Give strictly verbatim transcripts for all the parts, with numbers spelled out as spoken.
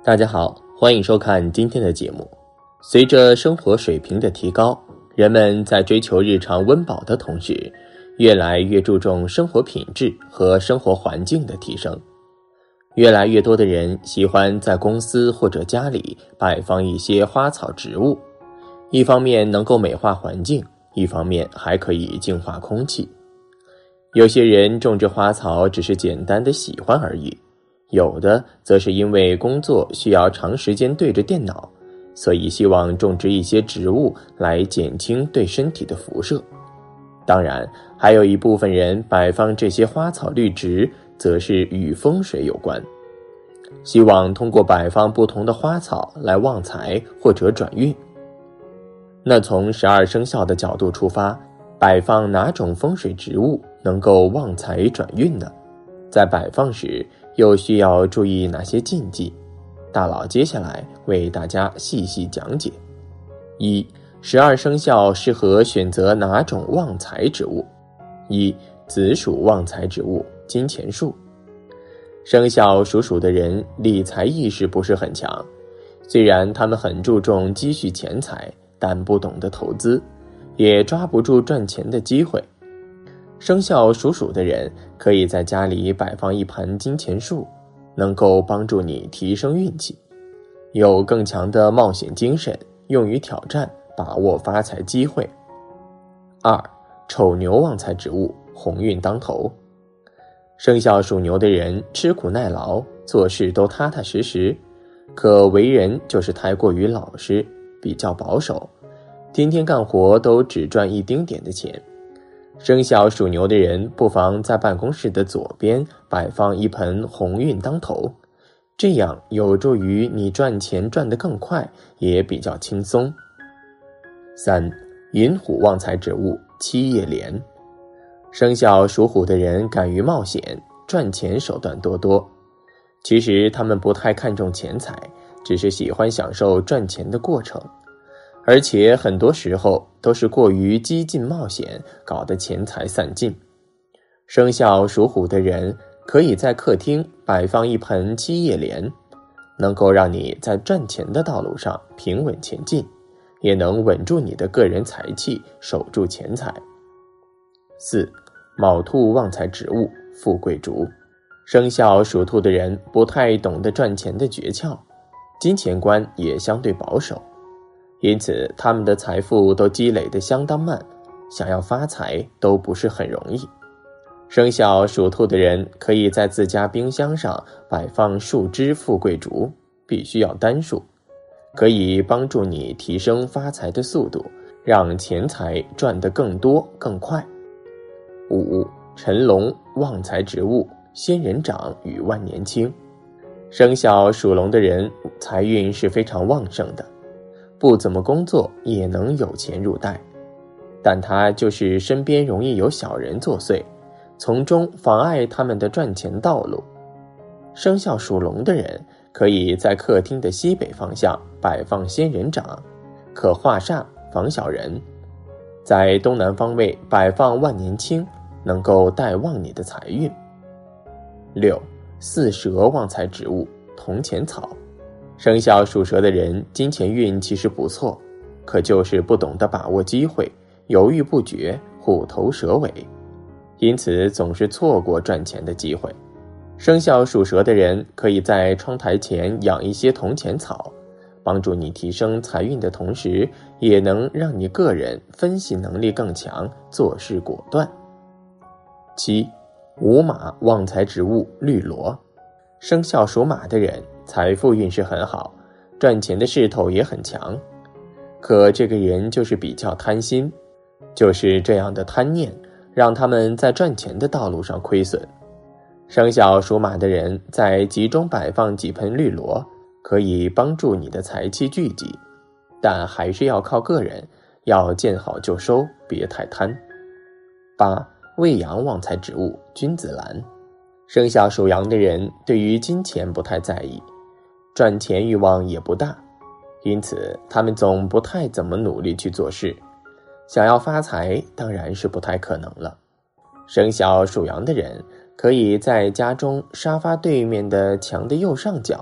大家好，欢迎收看今天的节目。随着生活水平的提高，人们在追求日常温饱的同时，越来越注重生活品质和生活环境的提升。越来越多的人喜欢在公司或者家里摆放一些花草植物，一方面能够美化环境，一方面还可以净化空气。有些人种植花草只是简单的喜欢而已，有的则是因为工作需要长时间对着电脑，所以希望种植一些植物来减轻对身体的辐射。当然，还有一部分人摆放这些花草绿植，则是与风水有关，希望通过摆放不同的花草来旺财或者转运。那从十二生肖的角度出发，摆放哪种风水植物能够旺财转运呢？在摆放时又需要注意哪些禁忌？大佬接下来为大家细细讲解。一、十二生肖适合选择哪种旺财植物？一、子鼠旺财植物金钱树。生肖属鼠的人理财意识不是很强，虽然他们很注重积蓄钱财，但不懂得投资，也抓不住赚钱的机会。生肖属鼠的人可以在家里摆放一盆金钱树，能够帮助你提升运气，有更强的冒险精神，用于挑战，把握发财机会。二、丑牛旺财植物鸿运当头。生肖属牛的人吃苦耐劳，做事都踏踏实实，可为人就是太过于老实，比较保守，天天干活都只赚一丁点的钱。生肖属牛的人不妨在办公室的左边摆放一盆鸿运当头，这样有助于你赚钱赚得更快，也比较轻松。三、寅虎旺财植物七叶莲。生肖属虎的人敢于冒险，赚钱手段多多。其实他们不太看重钱财，只是喜欢享受赚钱的过程，而且很多时候都是过于激进冒险，搞得钱财散尽。生肖属虎的人可以在客厅摆放一盆七叶莲，能够让你在赚钱的道路上平稳前进，也能稳住你的个人财气，守住钱财。四、卯兔旺财植物富贵竹。生肖属兔的人不太懂得赚钱的诀窍，金钱观也相对保守，因此他们的财富都积累得相当慢，想要发财都不是很容易。生肖属兔的人可以在自家冰箱上摆放树枝富贵竹，必须要单数，可以帮助你提升发财的速度，让钱财赚得更多更快。五、辰龙旺财植物仙人掌与万年青。生肖属龙的人财运是非常旺盛的，不怎么工作也能有钱入袋，但他就是身边容易有小人作祟，从中妨碍他们的赚钱道路。生肖属龙的人可以在客厅的西北方向摆放仙人掌，可化煞防小人。在东南方位摆放万年青，能够带旺你的财运。六、巳蛇旺财植物铜钱草。生肖属蛇的人金钱运其实不错，可就是不懂得把握机会，犹豫不决，虎头蛇尾，因此总是错过赚钱的机会。生肖属蛇的人可以在窗台前养一些铜钱草，帮助你提升财运的同时，也能让你个人分析能力更强，做事果断。七、午马旺财植物绿萝。生肖属马的人财富运势很好，赚钱的势头也很强，可这个人就是比较贪心，就是这样的贪念让他们在赚钱的道路上亏损。生肖属马的人在集中摆放几盆绿萝，可以帮助你的财气聚集，但还是要靠个人，要见好就收，别太贪。八、未羊旺财植物君子兰。生肖属羊的人对于金钱不太在意，赚钱欲望也不大，因此他们总不太怎么努力去做事，想要发财当然是不太可能了。生肖属羊的人可以在家中沙发对面的墙的右上角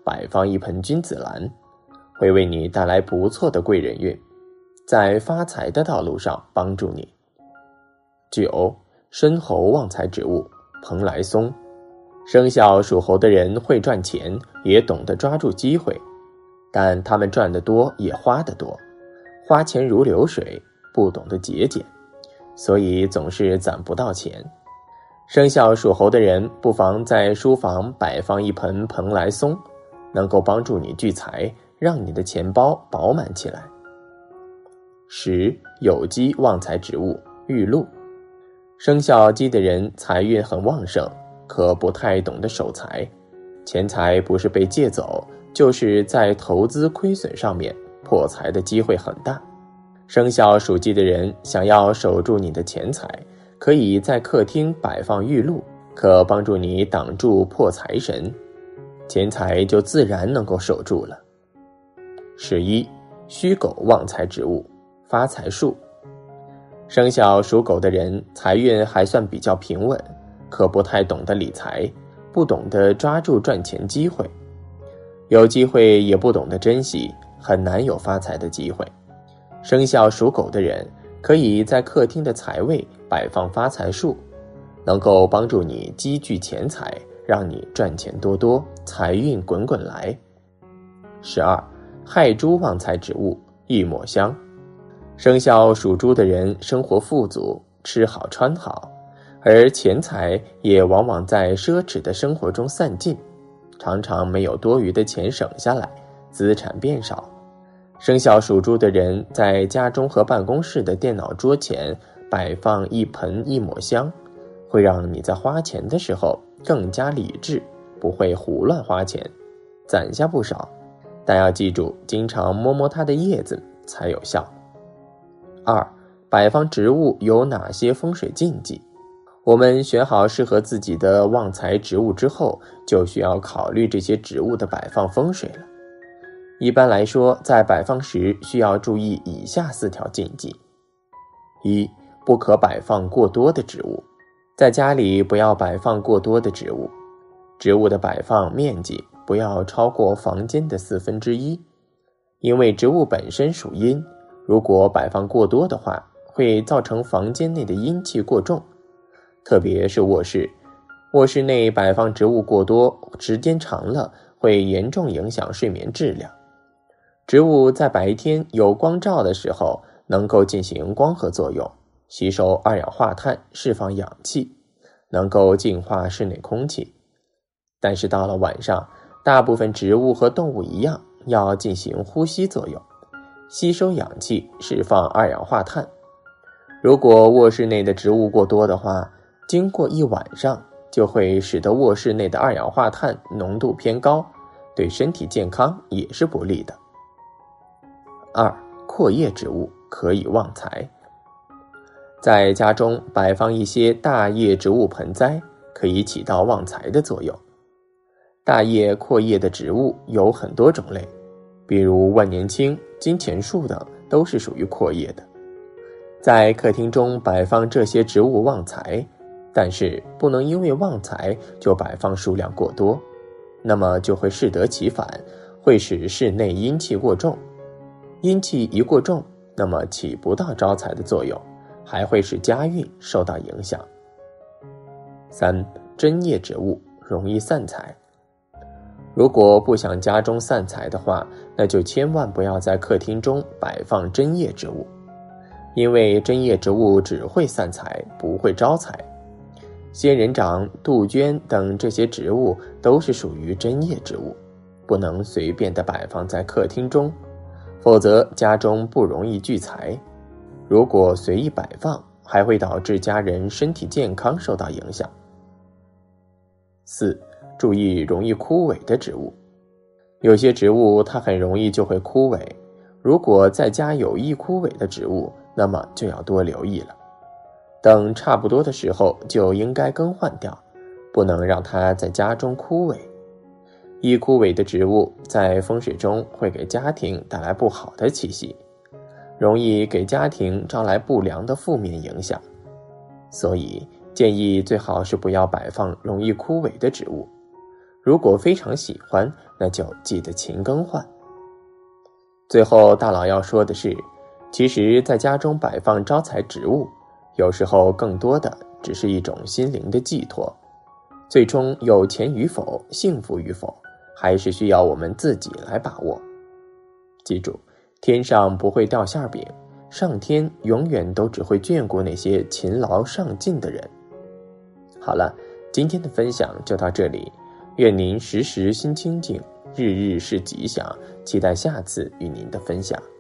摆放一盆君子兰，会为你带来不错的贵人运，在发财的道路上帮助你。九、申猴旺财植物蓬莱松。生肖属猴的人会赚钱，也懂得抓住机会，但他们赚得多也花得多，花钱如流水，不懂得节俭，所以总是攒不到钱。生肖属猴的人不妨在书房摆放一盆蓬莱松，能够帮助你聚财，让你的钱包饱满起来。十、有机旺财植物玉露。生肖鸡的人财运很旺盛，可不太懂得守财，钱财不是被借走，就是在投资亏损上面破财的机会很大。生肖属鸡的人想要守住你的钱财，可以在客厅摆放玉露，可帮助你挡住破财神，钱财就自然能够守住了。十一、戌狗旺财植物发财树。生肖属狗的人财运还算比较平稳，可不太懂得理财，不懂得抓住赚钱机会，有机会也不懂得珍惜，很难有发财的机会。生肖属狗的人可以在客厅的财位摆放发财树，能够帮助你积聚钱财，让你赚钱多多，财运滚滚来。十二、亥猪旺财植物一抹香。生肖属猪的人生活富足，吃好穿好，而钱财也往往在奢侈的生活中散尽，常常没有多余的钱省下来，资产变少。生肖属猪的人在家中和办公室的电脑桌前摆放一盆一抹香，会让你在花钱的时候更加理智，不会胡乱花钱，攒下不少。但要记住，经常摸摸它的叶子才有效。二、摆放植物有哪些风水禁忌？我们选好适合自己的旺财植物之后，就需要考虑这些植物的摆放风水了。一般来说，在摆放时需要注意以下四条禁忌。一、不可摆放过多的植物。在家里不要摆放过多的植物，植物的摆放面积不要超过房间的四分之一，因为植物本身属阴，如果摆放过多的话，会造成房间内的阴气过重，特别是卧室，卧室内摆放植物过多，时间长了会严重影响睡眠质量。植物在白天有光照的时候，能够进行光合作用，吸收二氧化碳，释放氧气，能够净化室内空气。但是到了晚上，大部分植物和动物一样，要进行呼吸作用，吸收氧气，释放二氧化碳。如果卧室内的植物过多的话，经过一晚上就会使得卧室内的二氧化碳浓度偏高，对身体健康也是不利的。二、阔叶植物可以旺财。在家中摆放一些大叶植物盆栽，可以起到旺财的作用。大叶、阔叶的植物有很多种类，比如万年青、金钱树等都是属于阔叶的。在客厅中摆放这些植物旺财，但是不能因为旺财就摆放数量过多，那么就会适得其反，会使室内阴气过重。阴气一过重，那么起不到招财的作用，还会使家运受到影响。三、针叶植物容易散财。如果不想家中散财的话，那就千万不要在客厅中摆放针叶植物，因为针叶植物只会散财，不会招财。仙人掌、杜鹃等这些植物都是属于针叶植物，不能随便的摆放在客厅中，否则家中不容易聚财。如果随意摆放，还会导致家人身体健康受到影响。四、注意容易枯萎的植物。有些植物它很容易就会枯萎，如果在家有易枯萎的植物，那么就要多留意了。等差不多的时候就应该更换掉，不能让它在家中枯萎。易枯萎的植物在风水中会给家庭带来不好的气息，容易给家庭招来不良的负面影响，所以建议最好是不要摆放容易枯萎的植物。 如果非常喜欢，那就记得勤更换。最后大佬要说的是，其实在家中摆放招财植物，有时候更多的只是一种心灵的寄托，最终有钱与否，幸福与否，还是需要我们自己来把握。记住，天上不会掉馅饼，上天永远都只会眷顾那些勤劳上进的人。好了，今天的分享就到这里，愿您时时心清静，日日是吉祥，期待下次与您的分享。